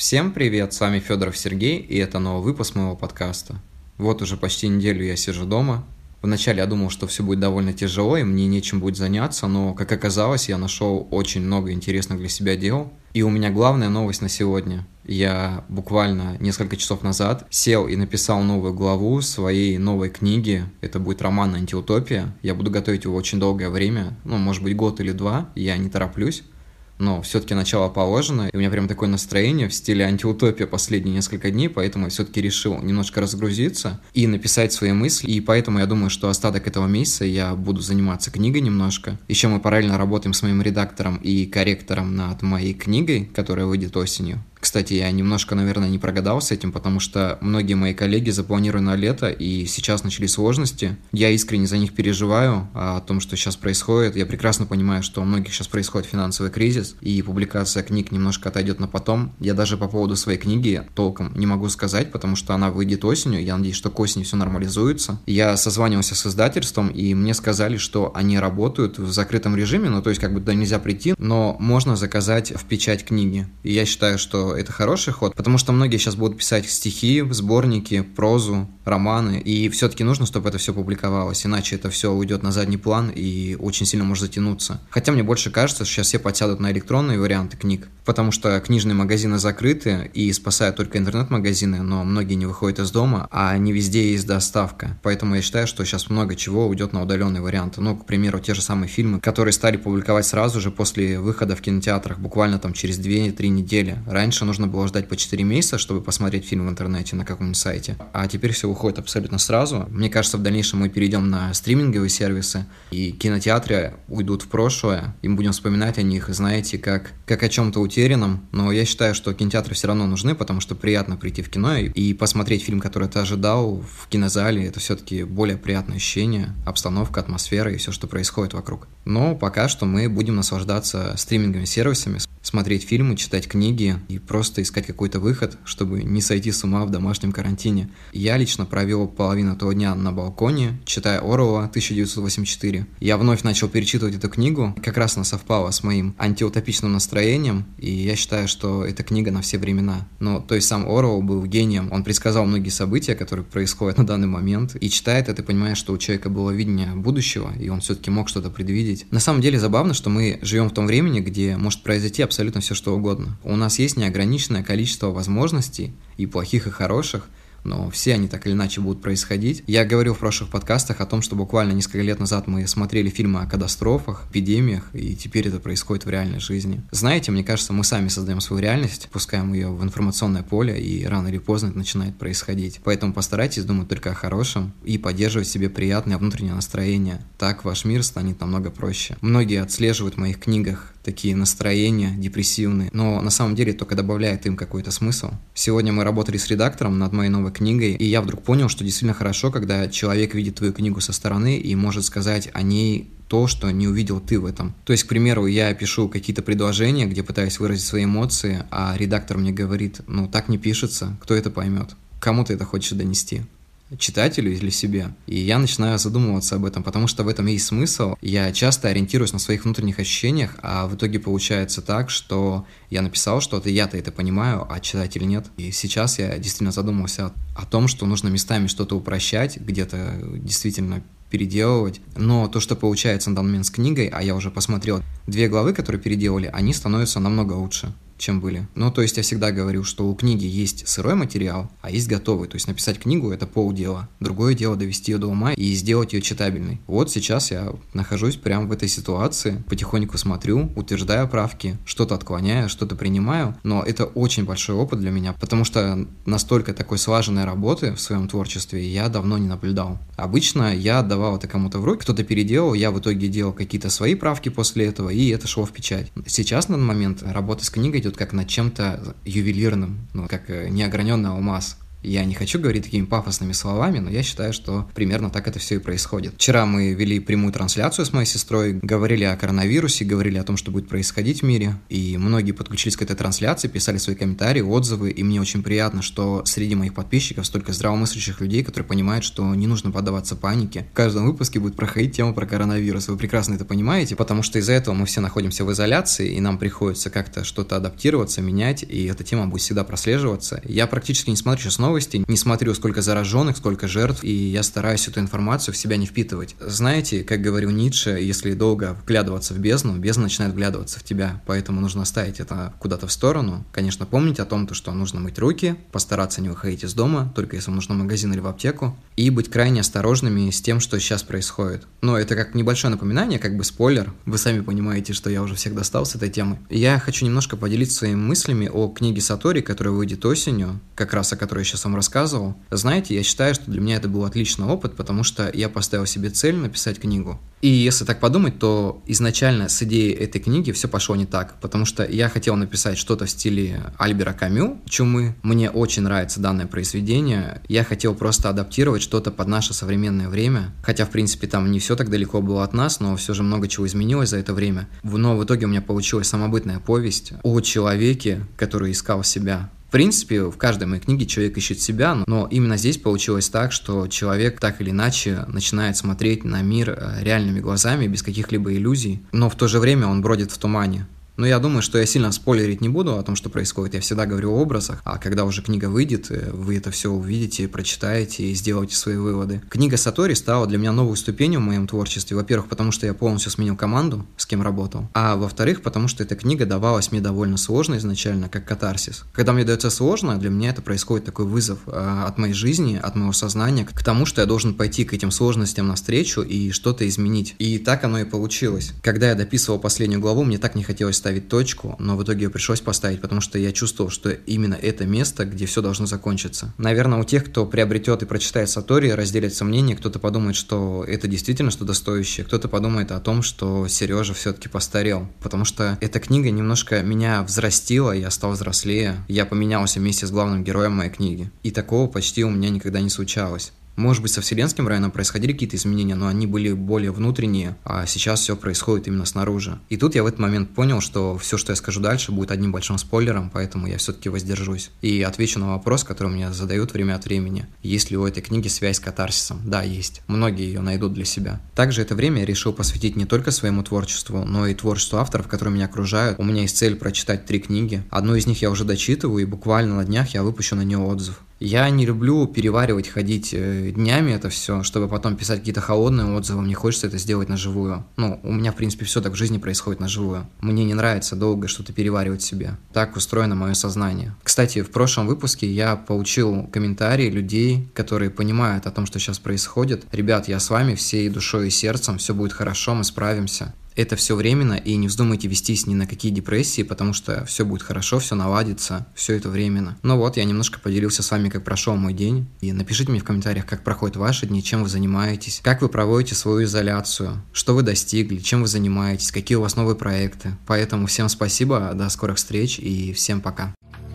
Всем привет, с вами Федоров Сергей, и это новый выпуск моего подкаста. Вот уже почти неделю я сижу дома. Вначале я думал, что все будет довольно тяжело, и мне нечем будет заняться, но, как оказалось, я нашел очень много интересных для себя дел. И у меня главная новость на сегодня. Я буквально несколько часов назад сел и написал новую главу своей новой книги. Это будет роман «Антиутопия». Я буду готовить его очень долгое время, может быть, год или два, я не тороплюсь. Но все-таки начало положено, и у меня прям такое настроение в стиле антиутопия последние несколько дней, поэтому я все-таки решил немножко разгрузиться и написать свои мысли, и поэтому я думаю, что остаток этого месяца я буду заниматься книгой немножко. Еще мы параллельно работаем с моим редактором и корректором над моей книгой, которая выйдет осенью. Кстати, я немножко, наверное, не прогадал с этим, потому что многие мои коллеги запланировали на лето, и сейчас начались сложности. Я искренне за них переживаю, о том, что сейчас происходит. Я прекрасно понимаю, что у многих сейчас происходит финансовый кризис, и публикация книг немножко отойдет на потом. Я даже по поводу своей книги толком не могу сказать, потому что она выйдет осенью. Я надеюсь, что к осени все нормализуется. Я созванивался с издательством, и мне сказали, что они работают в закрытом режиме, то есть туда нельзя прийти, но можно заказать в печать книги. И я считаю, что это хороший ход, потому что многие сейчас будут писать стихи, сборники, прозу, романы, и все-таки нужно, чтобы это все публиковалось, иначе это все уйдет на задний план и очень сильно может затянуться. Хотя мне больше кажется, что сейчас все подсядут на электронные варианты книг, потому что книжные магазины закрыты и спасают только интернет-магазины, но многие не выходят из дома, а не везде есть доставка. Поэтому я считаю, что сейчас много чего уйдет на удаленные варианты. К примеру, те же самые фильмы, которые стали публиковать сразу же после выхода в кинотеатрах, буквально через 2-3 недели. Раньше нужно было ждать по 4 месяца, чтобы посмотреть фильм в интернете на каком-нибудь сайте, а теперь все уходит абсолютно сразу. Мне кажется, в дальнейшем мы перейдем на стриминговые сервисы, и кинотеатры уйдут в прошлое, и мы будем вспоминать о них, знаете, как о чем-то утерянном, но я считаю, что кинотеатры все равно нужны, потому что приятно прийти в кино и посмотреть фильм, который ты ожидал в кинозале, это все-таки более приятное ощущение, обстановка, атмосфера и все, что происходит вокруг. Но пока что мы будем наслаждаться стриминговыми сервисами, смотреть фильмы, читать книги и просто искать какой-то выход, чтобы не сойти с ума в домашнем карантине. Я лично провел половину этого дня на балконе, читая Оруэлла 1984. Я вновь начал перечитывать эту книгу, как раз она совпала с моим антиутопичным настроением, и я считаю, что эта книга на все времена. То есть сам Оруэлл был гением, он предсказал многие события, которые происходят на данный момент, и читая это, ты понимаешь, что у человека было видение будущего, и он все-таки мог что-то предвидеть. На самом деле забавно, что мы живем в том времени, где может произойти абсолютно все, что угодно. У нас есть неограниченное количество возможностей, и плохих, и хороших, но все они так или иначе будут происходить. Я говорил в прошлых подкастах о том, что буквально несколько лет назад мы смотрели фильмы о катастрофах, эпидемиях, и теперь это происходит в реальной жизни. Знаете, мне кажется, мы сами создаем свою реальность, пускаем ее в информационное поле, и рано или поздно это начинает происходить. Поэтому постарайтесь думать только о хорошем и поддерживать в себе приятное внутреннее настроение. Так ваш мир станет намного проще. Многие отслеживают в моих книгах такие настроения депрессивные, но на самом деле только добавляет им какой-то смысл. Сегодня мы работали с редактором над моей новой книгой, и я вдруг понял, что действительно хорошо, когда человек видит твою книгу со стороны и может сказать о ней то, что не увидел ты в этом. То есть, к примеру, я пишу какие-то предложения, где пытаюсь выразить свои эмоции, а редактор мне говорит, так не пишется, кто это поймет? Кому ты это хочешь донести? Читателю или себе. И я начинаю задумываться об этом, потому что в этом есть смысл. Я часто ориентируюсь на своих внутренних ощущениях, а в итоге получается так, что я написал что-то, я-то это понимаю, а читатель нет. И сейчас я действительно задумался о том, что нужно местами что-то упрощать, где-то действительно переделывать. Но то, что получается на данный момент с книгой, а я уже посмотрел 2 главы, которые переделали, они становятся намного лучше, чем были. То есть я всегда говорю, что у книги есть сырой материал, а есть готовый. То есть написать книгу — это полдела. Другое дело довести ее до ума и сделать ее читабельной. Вот сейчас я нахожусь прямо в этой ситуации, потихоньку смотрю, утверждаю правки, что-то отклоняю, что-то принимаю, но это очень большой опыт для меня, потому что настолько такой слаженной работы в своем творчестве я давно не наблюдал. Обычно я отдавал это кому-то в руки, кто-то переделал, я в итоге делал какие-то свои правки после этого, и это шло в печать. Сейчас на данный момент работа с книгой идет как над чем-то ювелирным, как неограненный алмаз. Я не хочу говорить такими пафосными словами, но я считаю, что примерно так это все и происходит. Вчера мы вели прямую трансляцию с моей сестрой, говорили о коронавирусе, говорили о том, что будет происходить в мире, и многие подключились к этой трансляции, писали свои комментарии, отзывы, и мне очень приятно, что среди моих подписчиков столько здравомыслящих людей, которые понимают, что не нужно поддаваться панике. В каждом выпуске будет проходить тема про коронавирус, вы прекрасно это понимаете, потому что из-за этого мы все находимся в изоляции, и нам приходится как-то что-то адаптироваться, менять, и эта тема будет всегда прослеживаться. Я практически не смотрю сейчас новости, не смотрю, сколько зараженных, сколько жертв, и я стараюсь эту информацию в себя не впитывать. Знаете, как говорил Ницше, если долго вглядываться в бездну, бездна начинает вглядываться в тебя, поэтому нужно оставить это куда-то в сторону. Конечно, помнить о том, что нужно мыть руки, постараться не выходить из дома, только если нужно в магазин или в аптеку, и быть крайне осторожными с тем, что сейчас происходит. Но это как небольшое напоминание, как бы спойлер, вы сами понимаете, что я уже всех достал с этой темы. Я хочу немножко поделиться своими мыслями о книге Сатори, которая выйдет осенью, как раз о которой я сейчас вам рассказывал. Знаете, я считаю, что для меня это был отличный опыт, потому что я поставил себе цель написать книгу. И если так подумать, то изначально с идеей этой книги все пошло не так, потому что я хотел написать что-то в стиле Альбера Камю, «Чумы». Мне очень нравится данное произведение. Я хотел просто адаптировать что-то под наше современное время, хотя, в принципе, там не все так далеко было от нас, но все же много чего изменилось за это время. Но в итоге у меня получилась самобытная повесть о человеке, который искал себя. В принципе, в каждой моей книге человек ищет себя, но именно здесь получилось так, что человек так или иначе начинает смотреть на мир реальными глазами, без каких-либо иллюзий, но в то же время он бродит в тумане. Но я думаю, что я сильно спойлерить не буду о том, что происходит. Я всегда говорю о образах, а когда уже книга выйдет, вы это все увидите, прочитаете и сделаете свои выводы. Книга Сатори стала для меня новой ступенью в моем творчестве. Во-первых, потому что я полностью сменил команду, с кем работал. А во-вторых, потому что эта книга давалась мне довольно сложно изначально, как катарсис. Когда мне дается сложно, для меня это происходит такой вызов от моей жизни, от моего сознания, к тому, что я должен пойти к этим сложностям навстречу и что-то изменить. И так оно и получилось. Когда я дописывал последнюю главу, мне так не хотелось ставить точку, но в итоге ее пришлось поставить, потому что я чувствовал, что именно это место, где все должно закончиться. Наверное, у тех, кто приобретет и прочитает Сатори, разделятся мнения, кто-то подумает, что это действительно что-то стоящее, кто-то подумает о том, что Сережа все-таки постарел, потому что эта книга немножко меня взрастила, я стал взрослее, я поменялся вместе с главным героем моей книги, и такого почти у меня никогда не случалось. Может быть, со Вселенским районом происходили какие-то изменения, но они были более внутренние, а сейчас все происходит именно снаружи. И тут я в этот момент понял, что все, что я скажу дальше, будет одним большим спойлером, поэтому я все-таки воздержусь. И отвечу на вопрос, который меня задают время от времени. Есть ли у этой книги связь с катарсисом? Да, есть. Многие ее найдут для себя. Также это время я решил посвятить не только своему творчеству, но и творчеству авторов, которые меня окружают. У меня есть цель прочитать 3 книги. Одну из них я уже дочитываю, и буквально на днях я выпущу на нее отзыв. Я не люблю переваривать, ходить днями это все, чтобы потом писать какие-то холодные отзывы. Мне хочется это сделать наживую. У меня, в принципе, все так в жизни происходит наживую. Мне не нравится долго что-то переваривать в себе. Так устроено мое сознание. Кстати, в прошлом выпуске я получил комментарии людей, которые понимают о том, что сейчас происходит. Ребят, я с вами всей душой и сердцем, все будет хорошо, мы справимся. Это все временно, и не вздумайте вестись ни на какие депрессии, потому что все будет хорошо, все наладится, все это временно. Ну вот, я немножко поделился с вами, как прошел мой день. И напишите мне в комментариях, как проходят ваши дни, чем вы занимаетесь, как вы проводите свою изоляцию, что вы достигли, чем вы занимаетесь, какие у вас новые проекты. Поэтому всем спасибо, до скорых встреч и всем пока.